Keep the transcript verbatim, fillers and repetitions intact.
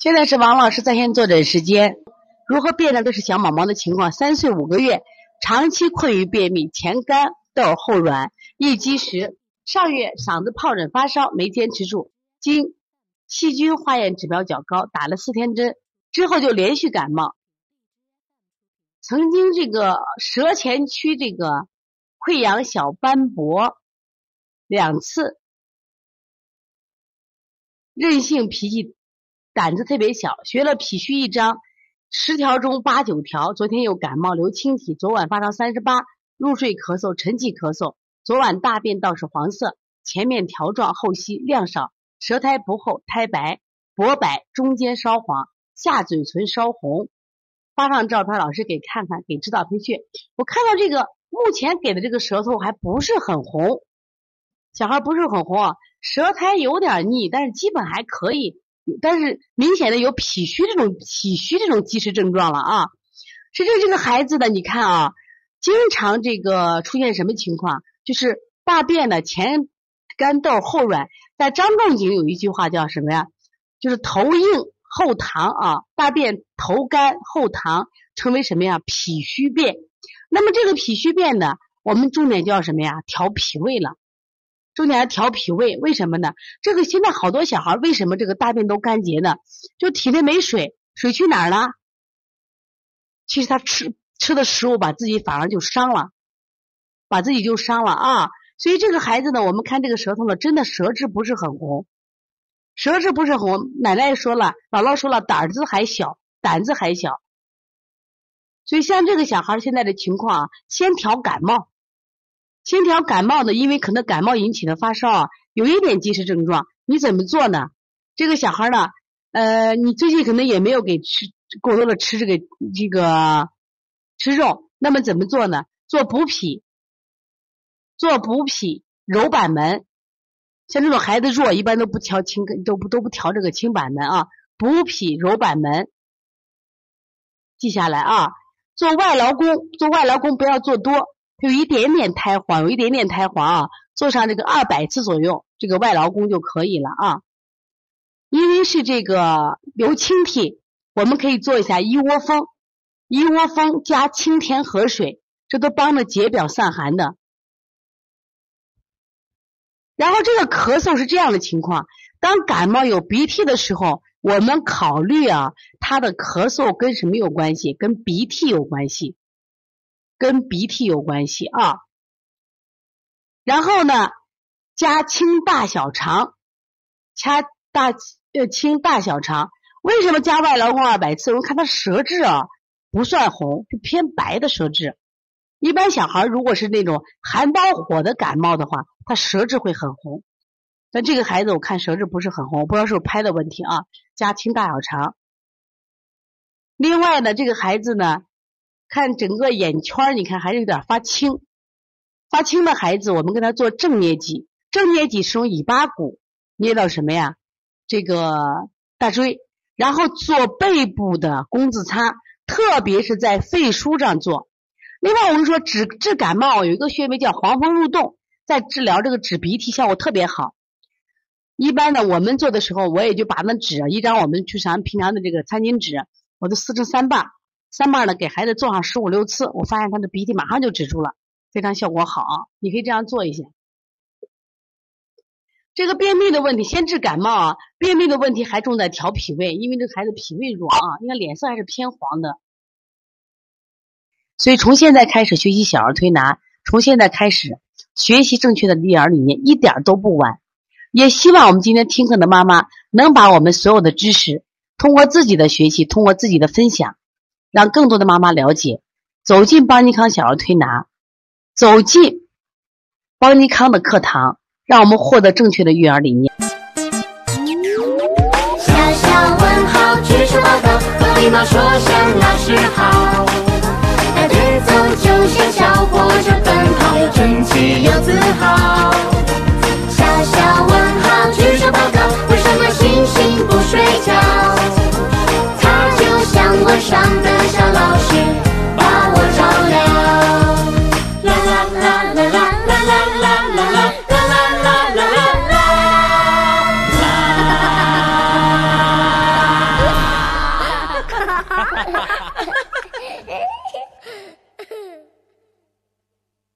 现在是王老师在线坐诊时间。如何辨认这是小毛毛的情况？三岁五个月，长期困于便秘，前干豆后软，易积食。上月嗓子疱疹发烧，没坚持住，经细菌化验指标较高，打了四天针之后就连续感冒。曾经这个舌前区这个溃疡小斑驳两次，任性脾气，胆子特别小，学了脾虚一章，十条中八九条。昨天又感冒流清体，昨晚发烧三十八，入睡咳嗽，晨起咳嗽。昨晚大便倒是黄色，前面条状，后稀，量少，舌苔不厚，苔白薄白，中间稍黄，下嘴唇稍红。发上照片，老师给看看，给指导培训。我看到这个目前给的这个舌头还不是很红，小孩不是很红啊，舌苔有点腻，但是基本还可以，但是明显的有脾虚这种脾虚这种积食症状了啊。实际这个孩子呢，你看啊，经常这个出现什么情况？就是大便的前干豆后软。在张仲景有一句话叫什么呀？就是头硬后溏啊，大便头干后溏，称为什么呀？脾虚便。那么这个脾虚便呢，我们重点叫什么呀？调脾胃了。重点要调脾胃，为什么呢？这个现在好多小孩为什么这个大便都干结呢？就体内没水，水去哪儿了？其实他吃吃的食物把自己反而就伤了，把自己就伤了啊。所以这个孩子呢，我们看这个舌头呢，真的舌质不是很红，舌质不是红。奶奶说了，姥姥说了，胆子还小，胆子还小。所以像这个小孩现在的情况啊，先调感冒，先调感冒呢，因为可能感冒引起的发烧啊，有一点积食症状，你怎么做呢？这个小孩呢，呃，你最近可能也没有给吃过多的吃这个这个吃肉，那么怎么做呢？做补脾，做补脾揉板门。像这种孩子弱，一般都不调清，都不都不调这个清板门啊。补脾揉板门，记下来啊。做外劳宫，做外劳宫不要做多，有一点点苔黄，有一点点苔黄啊，做上这个二百次左右，这个外劳宫就可以了啊。因为是这个流清涕，我们可以做一下一窝蜂，一窝蜂加清甜河水，这都帮着解表散寒的。然后这个咳嗽是这样的情况，当感冒有鼻涕的时候，我们考虑啊，他的咳嗽跟什么有关系？跟鼻涕有关系，跟鼻涕有关系啊。然后呢，加清大小肠，加大呃清大小肠。为什么加外劳宫二百次？我们看他舌质啊，不算红，就偏白的舌质。一般小孩如果是那种寒刀火的感冒的话，他舌质会很红。但这个孩子我看舌质不是很红，我不知道是不是拍的问题啊。加清大小肠。另外呢，这个孩子呢，看整个眼圈你看还是有点发青，发青的孩子我们跟他做正捏脊，正捏脊是用尾巴骨捏到什么呀？这个大椎，然后做背部的工字擦，特别是在肺腧上做。另外我们说治治感冒有一个穴位叫黄风入洞，在治疗这个止鼻涕效果特别好。一般呢我们做的时候，我也就把那纸一张我们去咱平常的这个餐巾纸，我就撕成三瓣，三瓣呢给孩子做上十五六次，我发现他的鼻涕马上就止住了，非常效果好，你可以这样做一下。这个便秘的问题先治感冒啊，便秘的问题还重在调脾胃，因为这个孩子脾胃弱啊，你看脸色还是偏黄的。所以从现在开始学习小儿推拿，从现在开始学习正确的育儿理念，一点都不晚。也希望我们今天听课的妈妈能把我们所有的知识通过自己的学习，通过自己的分享，让更多的妈妈了解，走进邦尼康小儿推拿，走进邦尼康的课堂，让我们获得正确的育儿理念。 小小问号举手报告，和礼貌说声老师好。